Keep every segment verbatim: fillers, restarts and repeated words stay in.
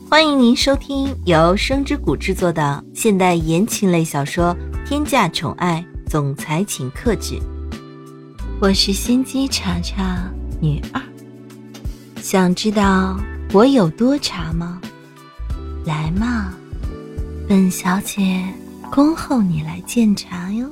欢迎您收听由声之谷制作的现代言情类小说《天价宠爱总裁请克制》，我是心机茶茶女二。想知道我有多茶吗？来嘛，本小姐恭候你来鉴茶哟。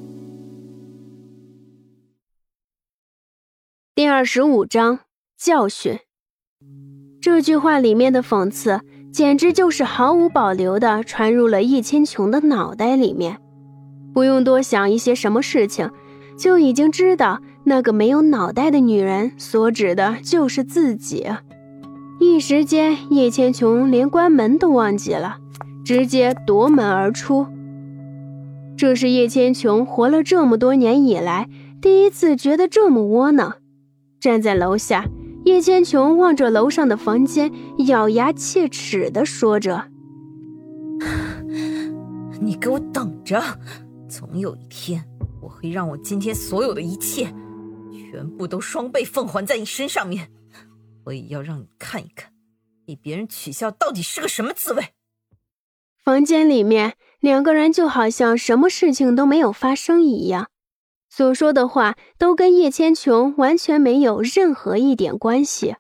第二十五章教训。这句话里面的讽刺简直就是毫无保留地传入了叶千琼的脑袋里面，不用多想一些什么事情，就已经知道那个没有脑袋的女人所指的就是自己。一时间叶千琼连关门都忘记了，直接夺门而出。这是叶千琼活了这么多年以来第一次觉得这么窝囊。站在楼下，叶千琼望着楼上的房间，咬牙切齿地说着： 你给我等着，总有一天我会让我今天所有的一切全部都双倍奉还在你身上面。我也要让你看一看被别人取笑到底是个什么滋味。 房间里面两个人就好像什么事情都没有发生一样，所说的话都跟叶千琼完全没有任何一点关系。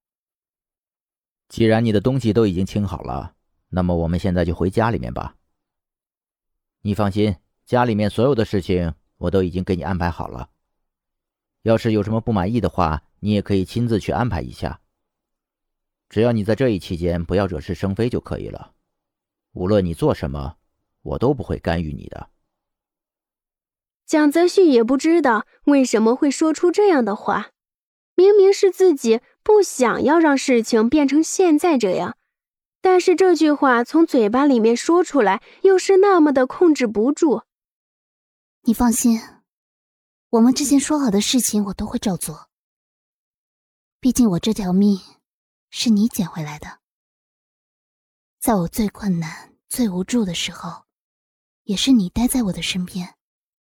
既然你的东西都已经清好了，那么我们现在就回家里面吧。你放心，家里面所有的事情我都已经给你安排好了。要是有什么不满意的话，你也可以亲自去安排一下。只要你在这一期间不要惹是生非就可以了。无论你做什么，我都不会干预你的。 蒋泽旭也不知道为什么会说出这样的话，明明是自己不想要让事情变成现在这样，但是这句话从嘴巴里面说出来又是那么的控制不住。 你放心，我们之前说好的事情我都会照做。毕竟我这条命是你捡回来的，在我最困难最无助的时候，也是你待在我的身边。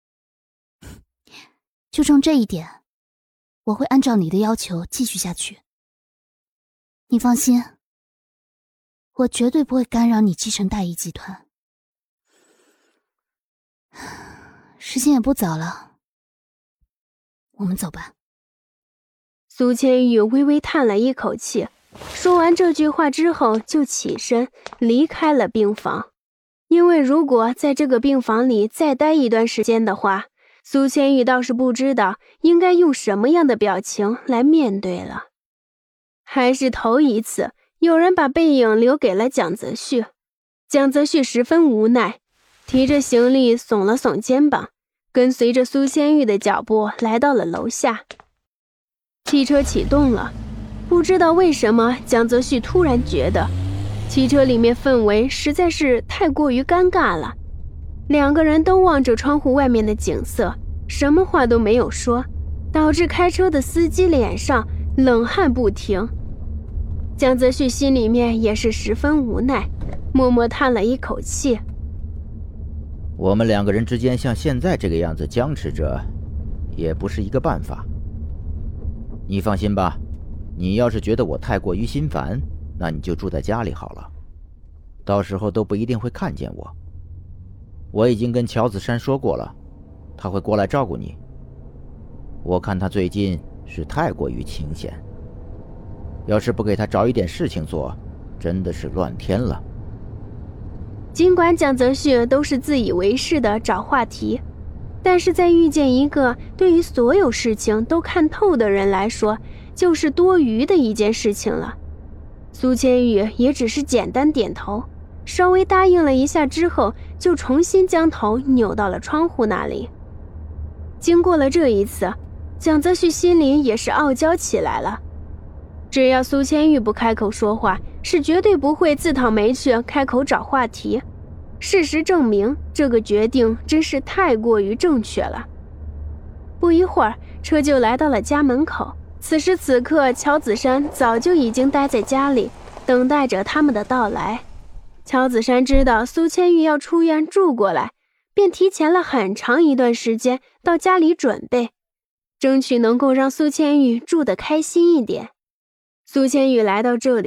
就冲这一点，我会按照你的要求继续下去。你放心，我绝对不会干扰你继承大义集团。时间也不早了，我们走吧。 苏千玉微微叹了一口气，说完这句话之后就起身离开了病房。因为如果在这个病房里再待一段时间的话，苏千玉倒是不知道应该用什么样的表情来面对了。还是头一次有人把背影留给了蒋泽旭。蒋泽旭十分无奈，提着行李耸了耸肩膀，跟随着苏千玉的脚步来到了楼下。汽车启动了，不知道为什么蒋泽旭突然觉得汽车里面氛围实在是太过于尴尬了。两个人都望着窗户外面的景色，什么话都没有说，导致开车的司机脸上冷汗不停。蒋泽旭心里面也是十分无奈，默默叹了一口气。 我们两个人之间像现在这个样子僵持着，也不是一个办法。你放心吧，你要是觉得我太过于心烦，那你就住在家里好了，到时候都不一定会看见我。我已经跟乔子珊说过了，他会过来照顾你。我看他最近是太过于清闲，要是不给他找一点事情做，真的是乱天了。 尽管蒋泽旭都是自以为是的找话题，但是在遇见一个对于所有事情都看透的人来说，就是多余的一件事情了。苏千玉也只是简单点头，稍微答应了一下之后，就重新将头扭到了窗户那里。经过了这一次，蒋泽旭心里也是傲娇起来了。只要苏千玉不开口说话，是绝对不会自讨没趣开口找话题。事实证明，这个决定真是太过于正确了。不一会儿，车就来到了家门口。此时此刻，乔子珊早就已经待在家里，等待着他们的到来。乔子珊知道苏千玉要出院住过来，便提前了很长一段时间到家里准备，争取能够让苏千玉住得开心一点。苏千玉来到这里，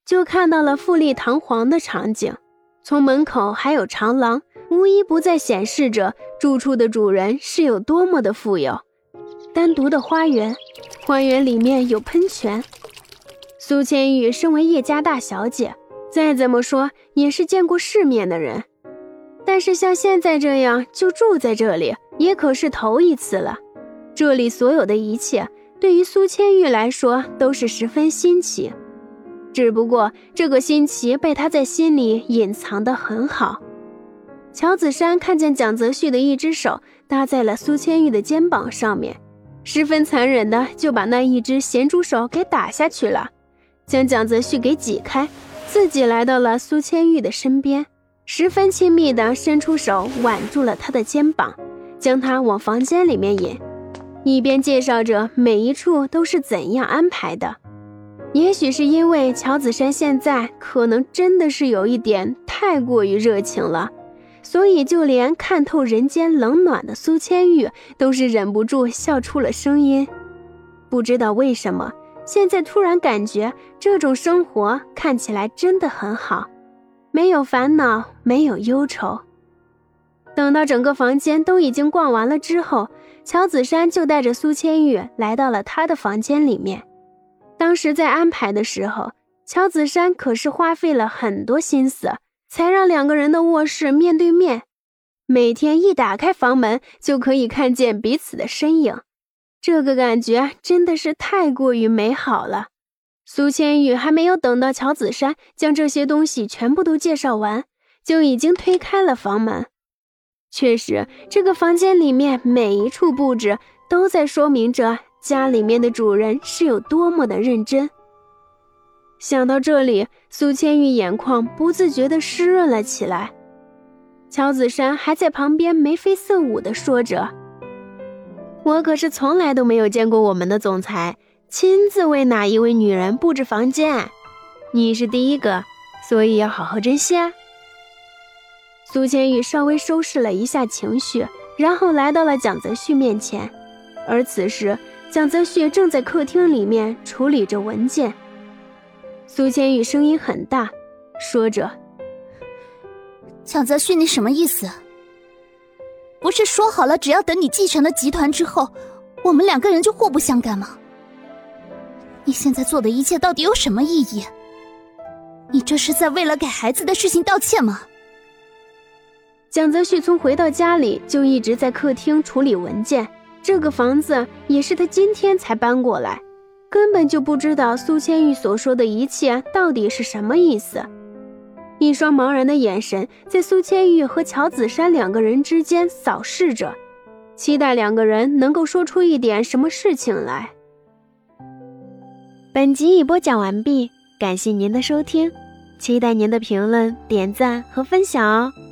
就看到了富丽堂皇的场景，从门口还有长廊，无一不在显示着住处的主人是有多么的富有。单独的花园，花园里面有喷泉。苏千玉身为叶家大小姐，再怎么说也是见过世面的人，但是像现在这样就住在这里，也可是头一次了。这里所有的一切对于苏千玉来说都是十分新奇，只不过这个新奇被她在心里隐藏得很好。乔子山看见蒋泽旭的一只手搭在了苏千玉的肩膀上面，十分残忍的就把那一只咸猪手给打下去了，将蒋泽旭给挤开，自己来到了苏千玉的身边，十分亲密地伸出手挽住了她的肩膀，将她往房间里面引，一边介绍着每一处都是怎样安排的。也许是因为乔子山现在可能真的是有一点太过于热情了，所以就连看透人间冷暖的苏千玉都是忍不住笑出了声音。不知道为什么，现在突然感觉这种生活看起来真的很好，没有烦恼，没有忧愁。等到整个房间都已经逛完了之后，乔子山就带着苏千玉来到了他的房间里面。当时在安排的时候，乔子山可是花费了很多心思，才让两个人的卧室面对面，每天一打开房门就可以看见彼此的身影，这个感觉真的是太过于美好了。苏千玉还没有等到乔子山将这些东西全部都介绍完，就已经推开了房门。确实，这个房间里面每一处布置都在说明着家里面的主人是有多么的认真。想到这里，苏千玉眼眶不自觉地湿润了起来。乔子山还在旁边眉飞色舞地说着，我可是从来都没有见过我们的总裁亲自为哪一位女人布置房间，你是第一个，所以要好好珍惜啊。苏千玉稍微收拾了一下情绪，然后来到了蒋泽旭面前，而此时蒋泽旭正在客厅里面处理着文件。苏千玉声音很大，说着， 蒋泽旭，你什么意思？不是说好了只要等你继承了集团之后，我们两个人就互不相干吗？你现在做的一切到底有什么意义？你这是在为了给孩子的事情道歉吗？ 蒋泽旭从回到家里就一直在客厅处理文件，这个房子也是他今天才搬过来，根本就不知道苏千玉所说的一切到底是什么意思。一双茫然的眼神在苏千玉和乔子山两个人之间扫视着，期待两个人能够说出一点什么事情来。本集已播讲完毕，感谢您的收听，期待您的评论、点赞和分享哦。